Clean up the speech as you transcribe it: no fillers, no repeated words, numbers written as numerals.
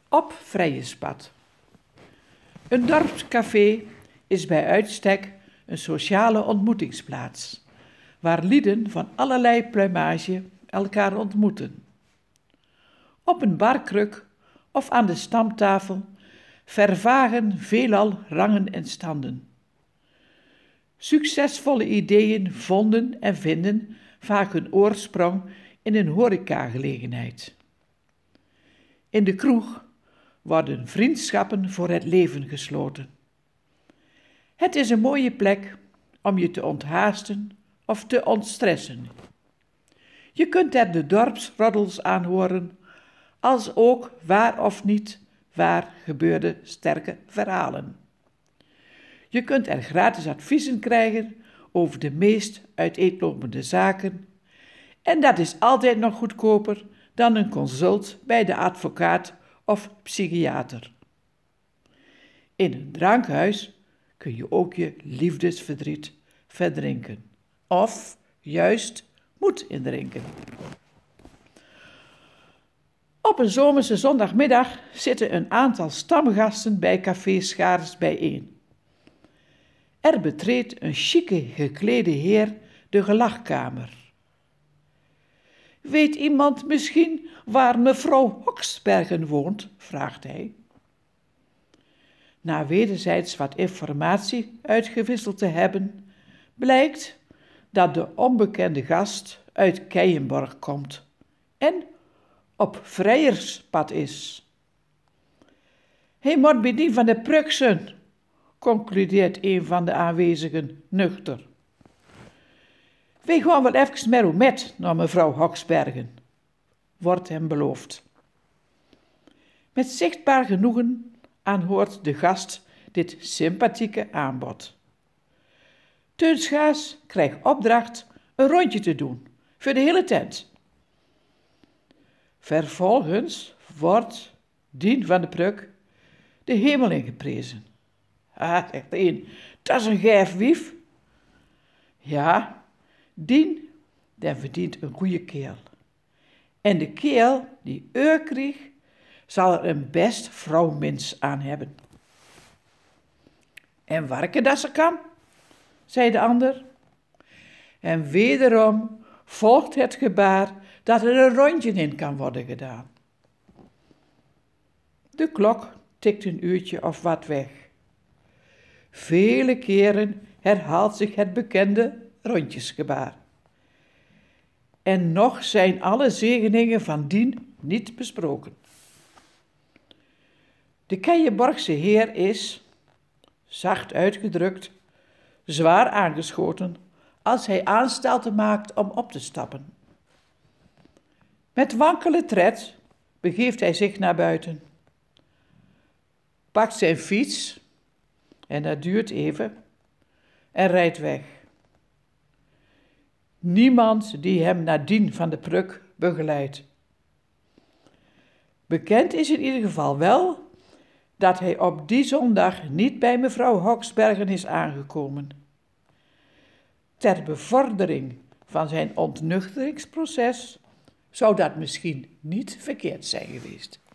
Op Vrijerspad. Een dorpscafé is bij uitstek een sociale ontmoetingsplaats, waar lieden van allerlei pluimage elkaar ontmoeten. Op een barkruk of aan de stamtafel vervagen veelal rangen en standen. Succesvolle ideeën vonden en vinden vaak een oorsprong in een horecagelegenheid. In de kroeg worden vriendschappen voor het leven gesloten. Het is een mooie plek om je te onthaasten of te ontstressen. Je kunt er de dorpsroddels aanhoren, als ook waar of niet waar gebeurde sterke verhalen. Je kunt er gratis adviezen krijgen over de meest uiteenlopende zaken en dat is altijd nog goedkoper dan een consult bij de advocaat of psychiater. In een drankhuis kun je ook je liefdesverdriet verdrinken of juist moet indrinken. Op een zomerse zondagmiddag zitten een aantal stamgasten bij café Schaars bijeen. Er betreedt een chique geklede heer de gelachkamer. Weet iemand misschien waar mevrouw Hoksbergen woont? Vraagt hij. Na wederzijds wat informatie uitgewisseld te hebben, blijkt dat de onbekende gast uit Keijenborg komt en op Vrijerspad is. Hij moet bij die van de Pruksen, concludeert een van de aanwezigen nuchter. Wij gaan wel even met u met naar mevrouw Hoksbergen, wordt hem beloofd. Met zichtbaar genoegen aanhoort de gast dit sympathieke aanbod. Teun Schaars krijgt opdracht een rondje te doen voor de hele tent. Vervolgens wordt Dien van de Pruk de hemel ingeprezen. Ah, zegt de een, dat is een gijf wief. Ja, Dien, die verdient een goede keel. En de keel die kreeg, zal er een best vrouwmens aan hebben. En warke dat ze kan, zei de ander. En wederom volgt het gebaar dat er een rondje in kan worden gedaan. De klok tikt een uurtje of wat weg. Vele keren herhaalt zich het bekende rondjesgebaar. En nog zijn alle zegeningen van Dien niet besproken. De Keijenborgse heer is, zacht uitgedrukt, zwaar aangeschoten als hij aanstalten maakt om op te stappen. Met wankele tred begeeft hij zich naar buiten, pakt zijn fiets, en dat duurt even, en rijdt weg. Niemand die hem naar Dien van de Pruk begeleidt. Bekend is in ieder geval wel dat hij op die zondag niet bij mevrouw Hoksbergen is aangekomen. Ter bevordering van zijn ontnuchteringsproces zou dat misschien niet verkeerd zijn geweest.